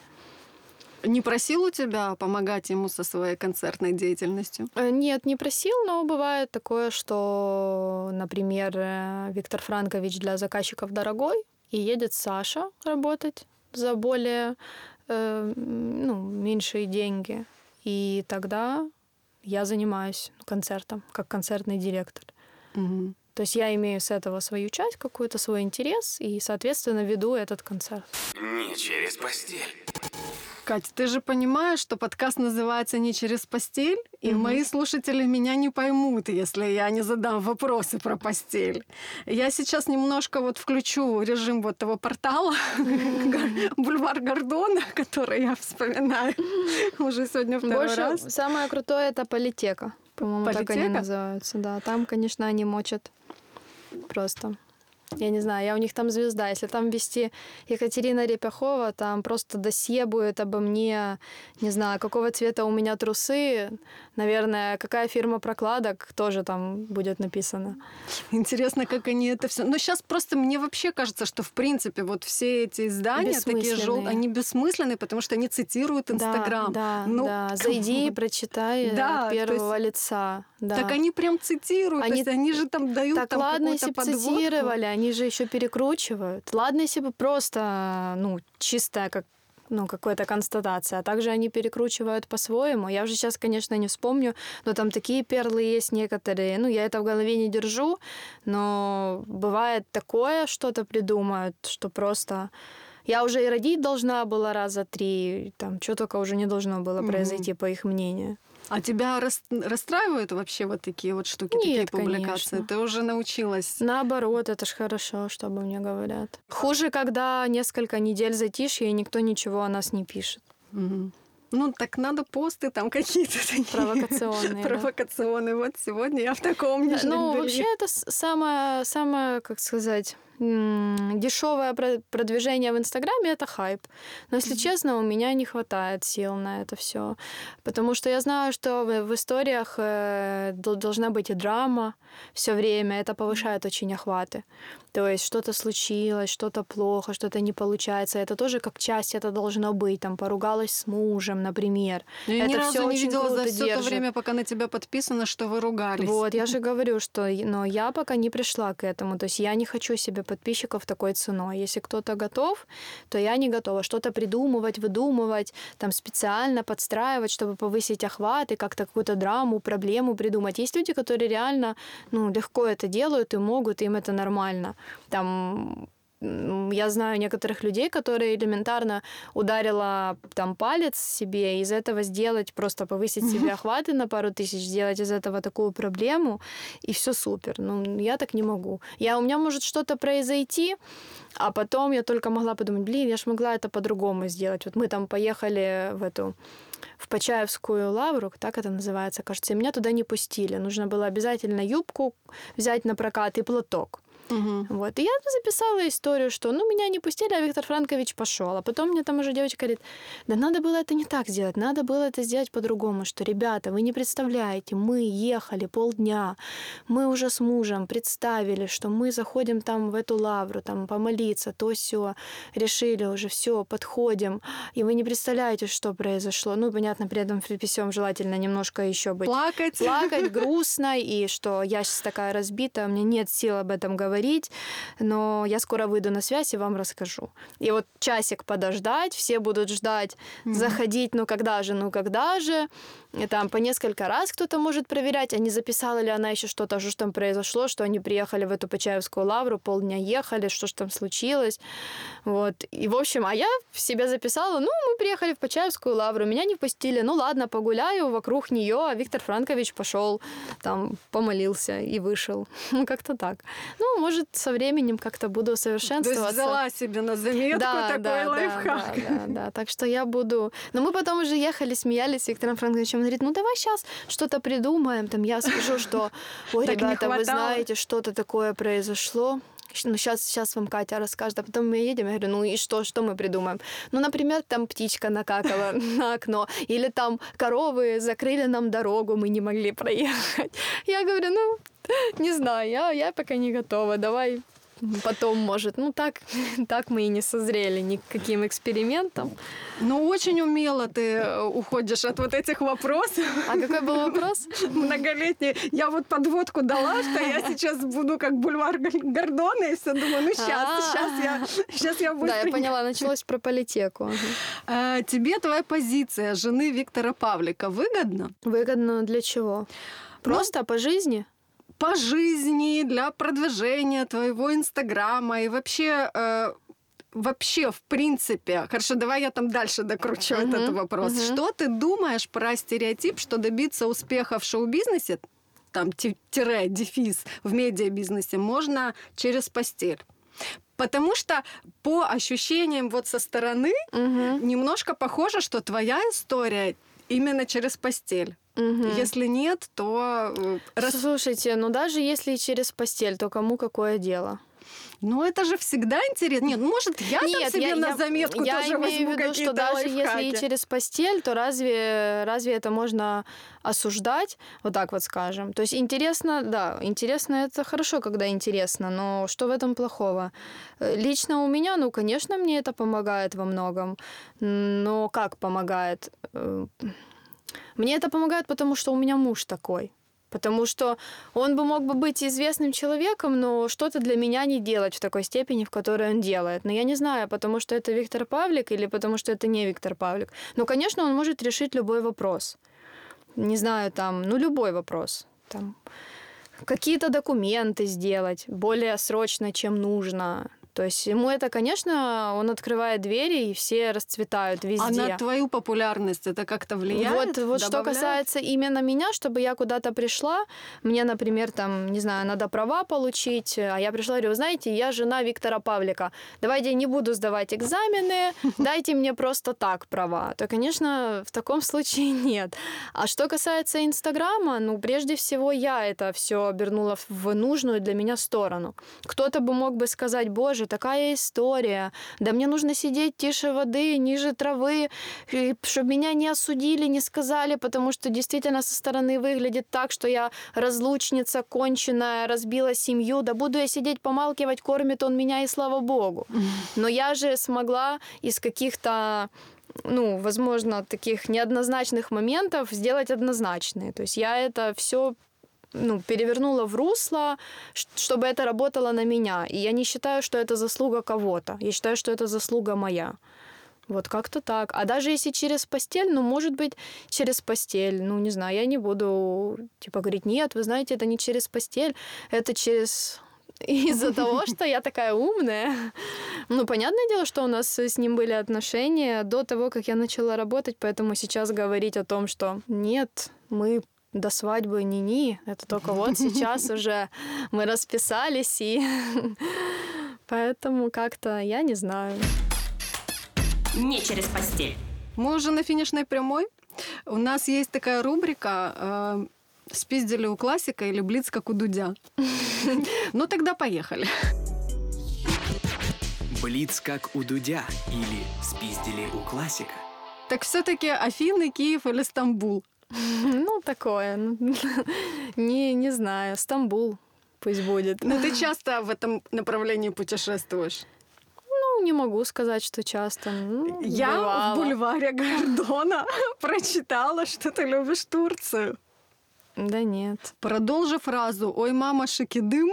Не просил у тебя помогать ему со своей концертной деятельностью? Э, Нет, не просил, но бывает такое, что, например, э, Виктор Франкович для заказчиков дорогой, и едет Саша работать за более, э, ну, меньшие деньги. И тогда я занимаюсь концертом, как концертный директор. Мгм. То есть я имею с этого свою часть, какой-то свой интерес, и, соответственно, веду этот концерт. Не через постель. Катя, ты же понимаешь, что подкаст называется «Не через постель», и мои слушатели меня не поймут, если я не задам вопросы про постель. Я сейчас немножко вот включу режим вот того портала «Бульвар Гордона», который я вспоминаю уже сегодня второй Больше раз. самое крутое — это политека. По-моему, так они Политека? называются. Да, там, конечно, они мочат просто. Я не знаю, я у них там звезда. Если там вести Екатерина Репяхова, там просто досье будет обо мне, не знаю, какого цвета у меня трусы, наверное, какая фирма прокладок, тоже там будет написано. Интересно, как они это все. Но сейчас просто мне вообще кажется, что в принципе вот все эти издания такие жел... Бессмысленные. они бессмысленные, потому что они цитируют Инстаграм. Да, да, Ну, да. Зайди и прочитай Да, от то первого есть- лица. Да. Так они прям цитируют, Они- то есть они же там дают Так там ладно, какую-то если бы подводку. цитировали, они же еще перекручивают. Ладно, если бы просто, ну, чистая как ну, какая-то констатация. А также они перекручивают по-своему. Я уже сейчас, конечно, не вспомню, но там такие перлы есть некоторые. Ну, я это в голове не держу, но бывает такое, что-то придумают, что просто... Я уже и родить должна была раза три, там, что только уже не должно было Мгм. произойти, по их мнению. А тебя рас- расстраивают вообще вот такие вот штуки, Нет, такие публикации? конечно. Ты уже научилась? Наоборот, это ж хорошо, что обо мне говорят. Хуже, когда несколько недель затишья, и никто ничего о нас не пишет. Мгм. Ну, так надо посты там какие-то такие. Провокационные, да. Провокационные. Вот сегодня я в таком нижнем Ну, белье. вообще, это с- самое, самое, как сказать, м, дешевое про- продвижение в Инстаграме — это хайп. Но, если честно, у меня не хватает сил на это все. Потому что я знаю, что в, в историях э, дол- должна быть и драма все время. Это повышает очень охваты. То есть что-то случилось, что-то плохо, что-то не получается. Это тоже как часть, это должно быть. Там поругалась с мужем, например. Я это ни всё разу не очень видела за круто все то держит. время, пока на тебя подписано, что вы ругались. Вот, я же говорю, что и- но я пока не пришла к этому. То есть я не хочу себе подписчиков такой ценой. Если кто-то готов, то я не готова что-то придумывать, выдумывать, там специально подстраивать, чтобы повысить охват и как-то какую-то драму, проблему придумать. Есть люди, которые реально, ну, легко это делают и могут, им это нормально. Там м, я знаю некоторых людей, которые элементарно ударила там палец себе, и из этого сделать, просто повысить себе охваты на пару тысяч, сделать из этого такую проблему, и все супер. Ну, я так не могу. Я, у меня может что-то произойти, а потом я только могла подумать, блин, я ж могла это по-другому сделать. Вот мы там поехали в эту в Почаевскую лавру, так это называется, кажется, и меня туда не пустили. Нужно было обязательно юбку взять на прокат и платок. Мгм. Вот. И я записала историю, что ну, меня не пустили, а Виктор Франкович пошел. А потом мне там уже девочка говорит, да надо было это не так сделать, надо было это сделать по-другому, что, ребята, вы не представляете, мы ехали полдня, мы уже с мужем представили, что мы заходим там в эту лавру, там помолиться, то все решили уже, все подходим, и вы не представляете, что произошло. Ну, понятно, при этом при всем желательно немножко еще быть Плакать. плакать, грустно, и что я сейчас такая разбитая, у меня нет сил об этом говорить, но я скоро выйду на связь и вам расскажу. И вот часик подождать, все будут ждать, заходить, ну когда же, ну когда же. И там по несколько раз кто-то может проверять, а не записала ли она еще что-то, что ж там произошло, что они приехали в эту Почаевскую лавру, полдня ехали, что ж там случилось. Вот. И, в общем, а я в себя записала, ну, мы приехали в Почаевскую лавру, меня не пустили, ну, ладно, погуляю вокруг нее, а Виктор Франкович пошел, там, помолился и вышел. Ну, как-то так. Ну, может, со временем как-то буду То есть усовершенствоваться. взяла себе на заметку такой лайфхак. Да, да, да. Так что я буду... Но мы потом уже ехали, смеялись с Виктором Франковичем. Он говорит, ну давай сейчас что-то придумаем. Там я скажу, что, ой, Так не ребята, вы хватало. знаете, что-то такое произошло. Ну, сейчас, сейчас вам Катя расскажет. А потом мы едем, я говорю, ну и что, что мы придумаем? Ну, например, там птичка накакала на окно. Или там коровы закрыли нам дорогу, мы не могли проехать. Я говорю, ну, не знаю, я, я пока не готова. Давай потом, может. Ну, так, так мы и не созрели ни к каким экспериментам. Ну, очень умело ты э, уходишь от вот этих вопросов. А какой был вопрос? Многолетний. Я вот подводку дала, что я сейчас буду как бульвар Гар- Гордона, и все думаю, ну сейчас, А. сейчас я, сейчас я Да, быстренько. я поняла, началось про политеку. Ага. А, тебе твоя позиция жены Виктора Павлика выгодна? Выгодно для чего? Просто по жизни? По жизни, для продвижения твоего Инстаграма и вообще... э, Вообще, в принципе, хорошо, давай я там дальше докручу Мгм, этот вопрос. мгм. Что ты думаешь про стереотип, что добиться успеха в шоу-бизнесе, там, ти- тире, дефис, в медиабизнесе, можно через постель? Потому что по ощущениям вот со стороны Угу. немножко похоже, что твоя история именно через постель. Угу. Если нет, то... э, рас- Слушайте, ну даже если и через постель, то кому какое дело? Ну, это же всегда интересно. Нет, ну, может, я там Нет, себе я, на я- заметку я тоже имею возьму в виду, какие-то что даже если лайфхаки. и через постель, то разве, разве это можно осуждать, вот так вот скажем? То есть интересно, да, интересно это хорошо, когда интересно, но что в этом плохого? Э, Лично у меня, ну, конечно, мне это помогает во многом, но как помогает? Э, Мне это помогает, потому что у меня муж такой. Потому что он бы мог бы быть известным человеком, но что-то для меня не делать в такой степени, в которой он делает. Но я не знаю, потому что это Виктор Павлик или потому что это не Виктор Павлик. Но, конечно, он может решить любой вопрос. Не знаю, там, ну, любой вопрос. Там, какие-то документы сделать более срочно, чем нужно. То есть ему это, конечно, он открывает двери, и все расцветают везде. А на твою популярность это как-то влияет? Вот, вот что добавляет? касается именно меня, чтобы я куда-то пришла, мне, например, там, не знаю, надо права получить, а я пришла и говорю, знаете, я жена Виктора Павлика, давайте я не буду сдавать экзамены, дайте мне просто так права. То, конечно, в таком случае нет. А что касается Инстаграма, ну, прежде всего, я это все обернула в нужную для меня сторону. Кто-то бы мог бы сказать, боже, такая история, да мне нужно сидеть тише воды, ниже травы, чтобы меня не осудили, не сказали, потому что действительно со стороны выглядит так, что я разлучница, конченая, разбила семью, да буду я сидеть помалкивать, кормит он меня, и слава богу. Но я же смогла из каких-то, ну, возможно, таких неоднозначных моментов сделать однозначные. То есть я это все, ну, перевернула в русло, чтобы это работало на меня. И я не считаю, что это заслуга кого-то. Я считаю, что это заслуга моя. Вот как-то так. А даже если через постель, ну, может быть, через постель. Ну, не знаю, я не буду, типа, говорить, нет, вы знаете, это не через постель, это через... Из-за того, что я такая умная. Ну, понятное дело, что у нас с ним были отношения до того, как я начала работать, поэтому сейчас говорить о том, что нет, мы до свадьбы ни-ни, это только вот сейчас уже мы расписались, и поэтому как-то я не знаю. Не через постель. Мы уже на финишной прямой. У нас есть такая рубрика э, «Спиздили у классика» или «Блиц, как у Дудя». Ну, тогда поехали. Блиц, как у Дудя или спиздили у классика. Так все-таки Афины, Киев или Стамбул? Ну, такое. Не, не знаю. Стамбул пусть будет. Но ты часто в этом направлении путешествуешь? Ну, не могу сказать, что часто. Ну, Я бывало. в бульваре Гордона прочитала, что ты любишь Турцию. Да нет. Продолжи фразу «Ой, мама, шикидым».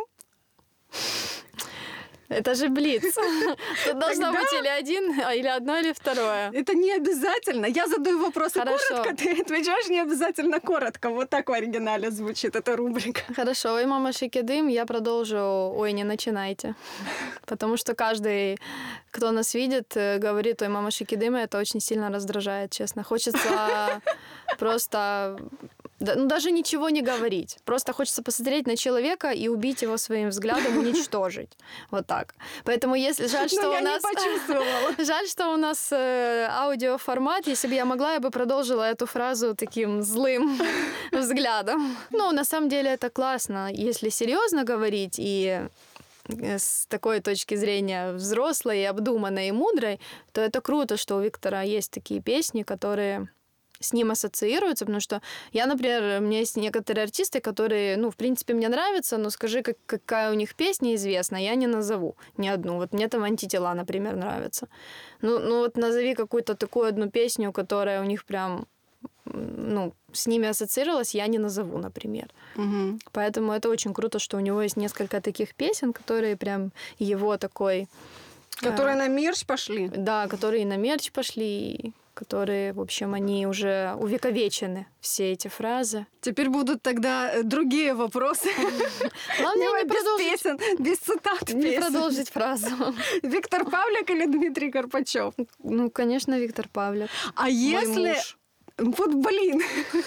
Это же блиц. Тут должно Тогда- быть или один, или одно, или второе. Это не обязательно. Я задаю вопросы Хорошо. коротко, ты отвечаешь не обязательно коротко. Вот так в оригинале звучит эта рубрика. Хорошо, ой, мама, шикидым, я продолжу. Ой, не начинайте. Потому что каждый, кто нас видит, э, говорит, ой, мама, шикидым, и это очень сильно раздражает, честно. Хочется просто... да, ну, даже ничего не говорить. Просто хочется посмотреть на человека и убить его своим взглядом, уничтожить. Вот так. Поэтому если жаль, что Но у я нас... не почувствовала. Жаль, что у нас э, аудиоформат. Если бы я могла, я бы продолжила эту фразу таким злым взглядом. Ну, на самом деле это классно. Если серьезно говорить и с такой точки зрения взрослой, и обдуманной, и мудрой, то это круто, что у Виктора есть такие песни, которые с ним ассоциируются, потому что я, например, у меня есть некоторые артисты, которые, ну, в принципе, мне нравятся, но скажи, как, какая у них песня известна, я не назову ни одну. Вот мне там «Антитела», например, нравится. Ну, ну вот назови какую-то такую одну песню, которая у них прям, ну, с ними ассоциировалась, я не назову, например. Угу. Поэтому это очень круто, что у него есть несколько таких песен, которые прям его такой... Которые э, на мерч пошли. Да, которые и на мерч пошли, которые, в общем, они уже увековечены, все эти фразы. Теперь будут тогда э, другие вопросы. Главное Давай не без продолжить, песен, без цитат не песен. продолжить фразу. Виктор Павлик или Дмитрий Карпачев? Ну, конечно, Виктор Павлик. А Мой если... муж. Вот блин.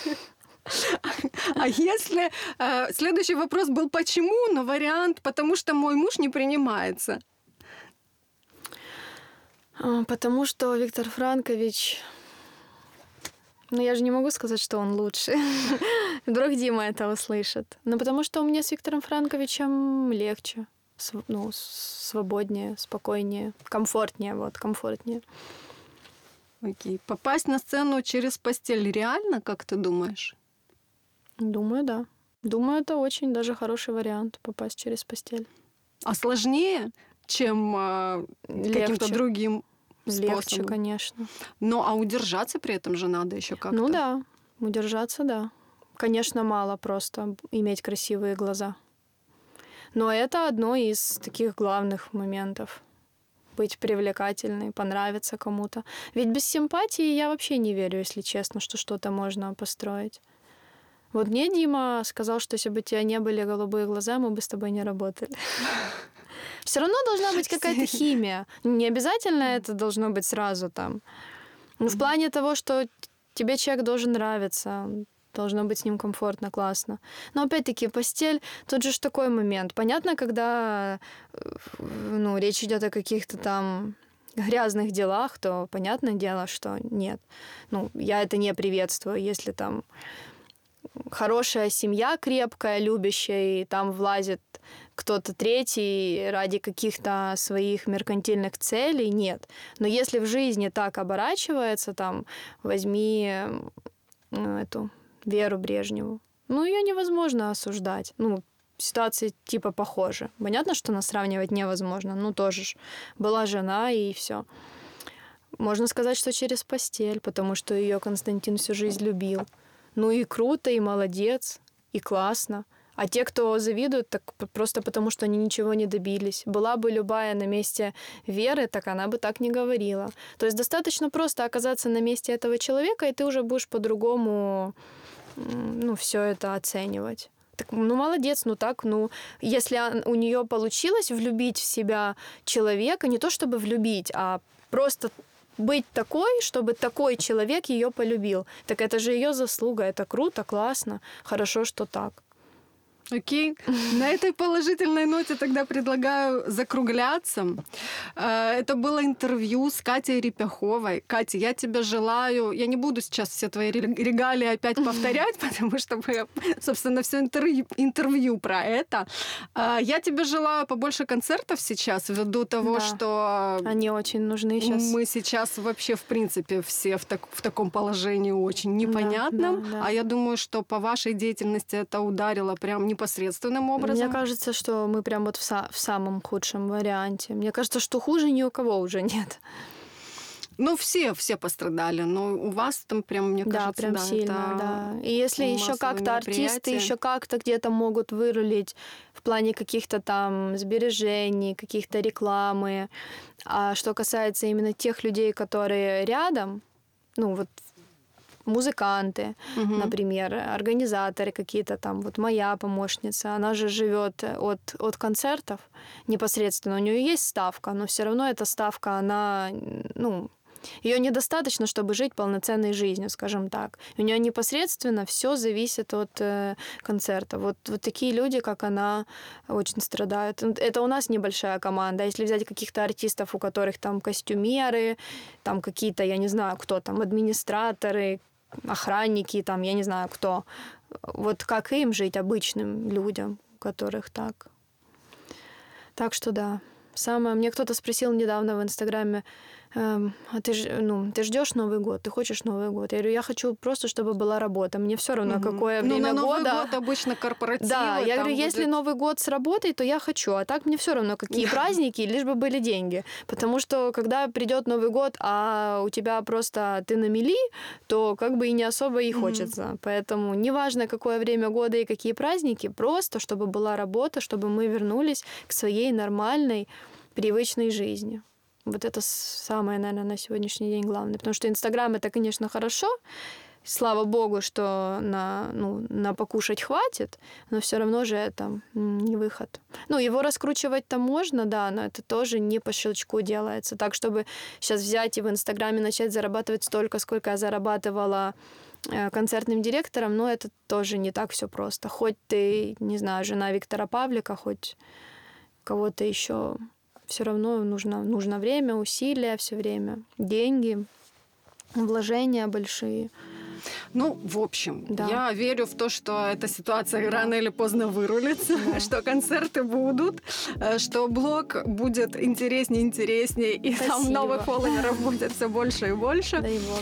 А если... э, следующий вопрос был «почему?», но вариант «потому что мой муж не принимается». А, Потому что Виктор Франкович... Ну, я же не могу сказать, что он лучше. Вдруг Дима это услышит. Но потому что у меня с Виктором Франковичем легче. Св- Ну, с- свободнее, спокойнее, комфортнее, вот, комфортнее. Окей. Попасть на сцену через постель реально, как ты думаешь? Думаю, да. Думаю, это очень даже хороший вариант попасть через постель. А сложнее, чем э, каким-то Легче. другим Легче, способом? конечно. Ну, а удержаться при этом же надо еще как-то. Ну да, удержаться, да. Конечно, мало просто иметь красивые глаза. Но это одно из таких главных моментов. Быть привлекательной, понравиться кому-то. Ведь без симпатии я вообще не верю, если честно, что что-то можно построить. Вот мне Дима сказал, что если бы у тебя не были голубые глаза, мы бы с тобой не работали. Все равно должна быть какая-то химия. Не обязательно это должно быть сразу там. Ну, в плане того, что тебе человек должен нравиться, должно быть с ним комфортно, классно. Но опять-таки постель, тут же ж такой момент. Понятно, когда ну, речь идет о каких-то там грязных делах, то понятное дело, что нет. Ну, я это не приветствую, если там хорошая семья, крепкая, любящая, и там влазит кто-то третий ради каких-то своих меркантильных целей, нет. Но если в жизни так оборачивается, там, возьми ну, эту Веру Брежневу, ну, ее невозможно осуждать. Ну, ситуации типа похожи. Понятно, что нас сравнивать невозможно, ну, тоже ж была жена, и все. Можно сказать, что через постель, потому что ее Константин всю жизнь любил. Ну и круто, и молодец, и классно. А те, кто завидуют, так просто потому, что они ничего не добились. Была бы любая на месте Веры, так она бы так не говорила. То есть достаточно просто оказаться на месте этого человека, и ты уже будешь по-другому ну, все это оценивать. Так, ну, молодец, ну так, ну, если у нее получилось влюбить в себя человека, не то чтобы влюбить, а просто быть такой, чтобы такой человек ее полюбил. Так это же ее заслуга, это круто, классно, хорошо, что так. Окей. На этой положительной ноте тогда предлагаю закругляться. Это было интервью с Катей Репяховой. Катя, я тебе желаю... Я не буду сейчас все твои регалии опять повторять, потому что мы, собственно, все интервью, интервью про это. Я тебе желаю побольше концертов сейчас, ввиду того, да. что... Они очень нужны сейчас. Мы сейчас вообще, в принципе, все в, так, в таком положении очень непонятном. Да, да, да. А я думаю, что по вашей деятельности это ударило прям не непосредственным образом? Мне кажется, что мы прям вот в, са- в самом худшем варианте. Мне кажется, что хуже ни у кого уже нет. Ну, все, все пострадали, но у вас там прям, мне да, кажется, прям да, сильно, да. И если еще как-то артисты еще как-то где-то могут вырулить в плане каких-то там сбережений, каких-то рекламы. А что касается именно тех людей, которые рядом, ну вот музыканты, угу. например, организаторы какие-то там, вот моя помощница, она же живет от, от концертов непосредственно, у нее есть ставка, но все равно эта ставка, она, ну, ее недостаточно, чтобы жить полноценной жизнью, скажем так. У нее непосредственно все зависит от э, концерта. Вот, вот такие люди, как она, очень страдают. Это у нас небольшая команда. Если взять каких-то артистов, у которых там костюмеры, там какие-то, я не знаю, кто там, администраторы, охранники, там, я не знаю, кто. Вот как им жить обычным людям, у которых так. Так что да. Самое... Мне кто-то спросил недавно в Инстаграме, эм, а ты, ж, ну, ты ждешь Новый год, ты хочешь Новый год? Я говорю, я хочу просто, чтобы была работа. Мне все равно, mm-hmm. какое ну, время на Новый года. год обычно корпоративы. Да, я говорю, будет... если Новый год с работой, то я хочу. А так мне все равно, какие праздники, лишь бы были деньги. Потому что, когда придет Новый год, а у тебя просто ты на мели, то как бы и не особо и хочется. Mm-hmm. Поэтому неважно, какое время года и какие праздники, просто чтобы была работа, чтобы мы вернулись к своей нормальной, привычной жизни. Вот это самое, наверное, на сегодняшний день главное. Потому что Инстаграм — это, конечно, хорошо. Слава богу, что на, ну, на покушать хватит, но все равно же это не выход. Ну, его раскручивать-то можно, да, но это тоже не по щелчку делается. Так, чтобы сейчас взять и в Инстаграме начать зарабатывать столько, сколько я зарабатывала концертным директором, но это тоже не так все просто. Хоть ты, не знаю, жена Виктора Павлика, хоть кого-то еще... Все равно нужно, нужно время, усилия все время, деньги, вложения большие. Ну, в общем, да. я верю в то, что эта ситуация рано или поздно вырулится, да. что концерты будут, что блог будет интереснее и интереснее, и Спасибо. Там новых фолловеров будет все больше и больше. Дай бог.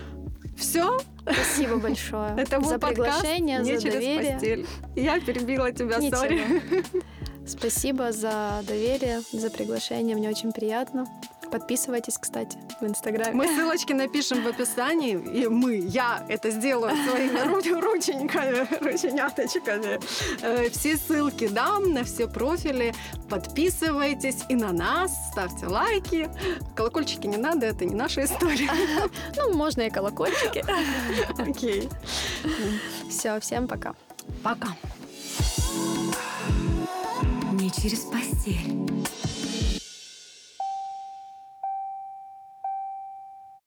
Все. Спасибо большое. Это был за приглашение, не за через доверие. Постель. Я перебила тебя, сори. Спасибо за доверие, за приглашение. Мне очень приятно. Подписывайтесь, кстати, в Инстаграме. Мы ссылочки напишем в описании. И мы, я это сделаю своими рученьками, рученяточками. Все ссылки дам на все профили. Подписывайтесь и на нас. Ставьте лайки. Колокольчики не надо, это не наша история. Ну, можно и колокольчики. Окей. Все, всем пока. Пока. Не через постель.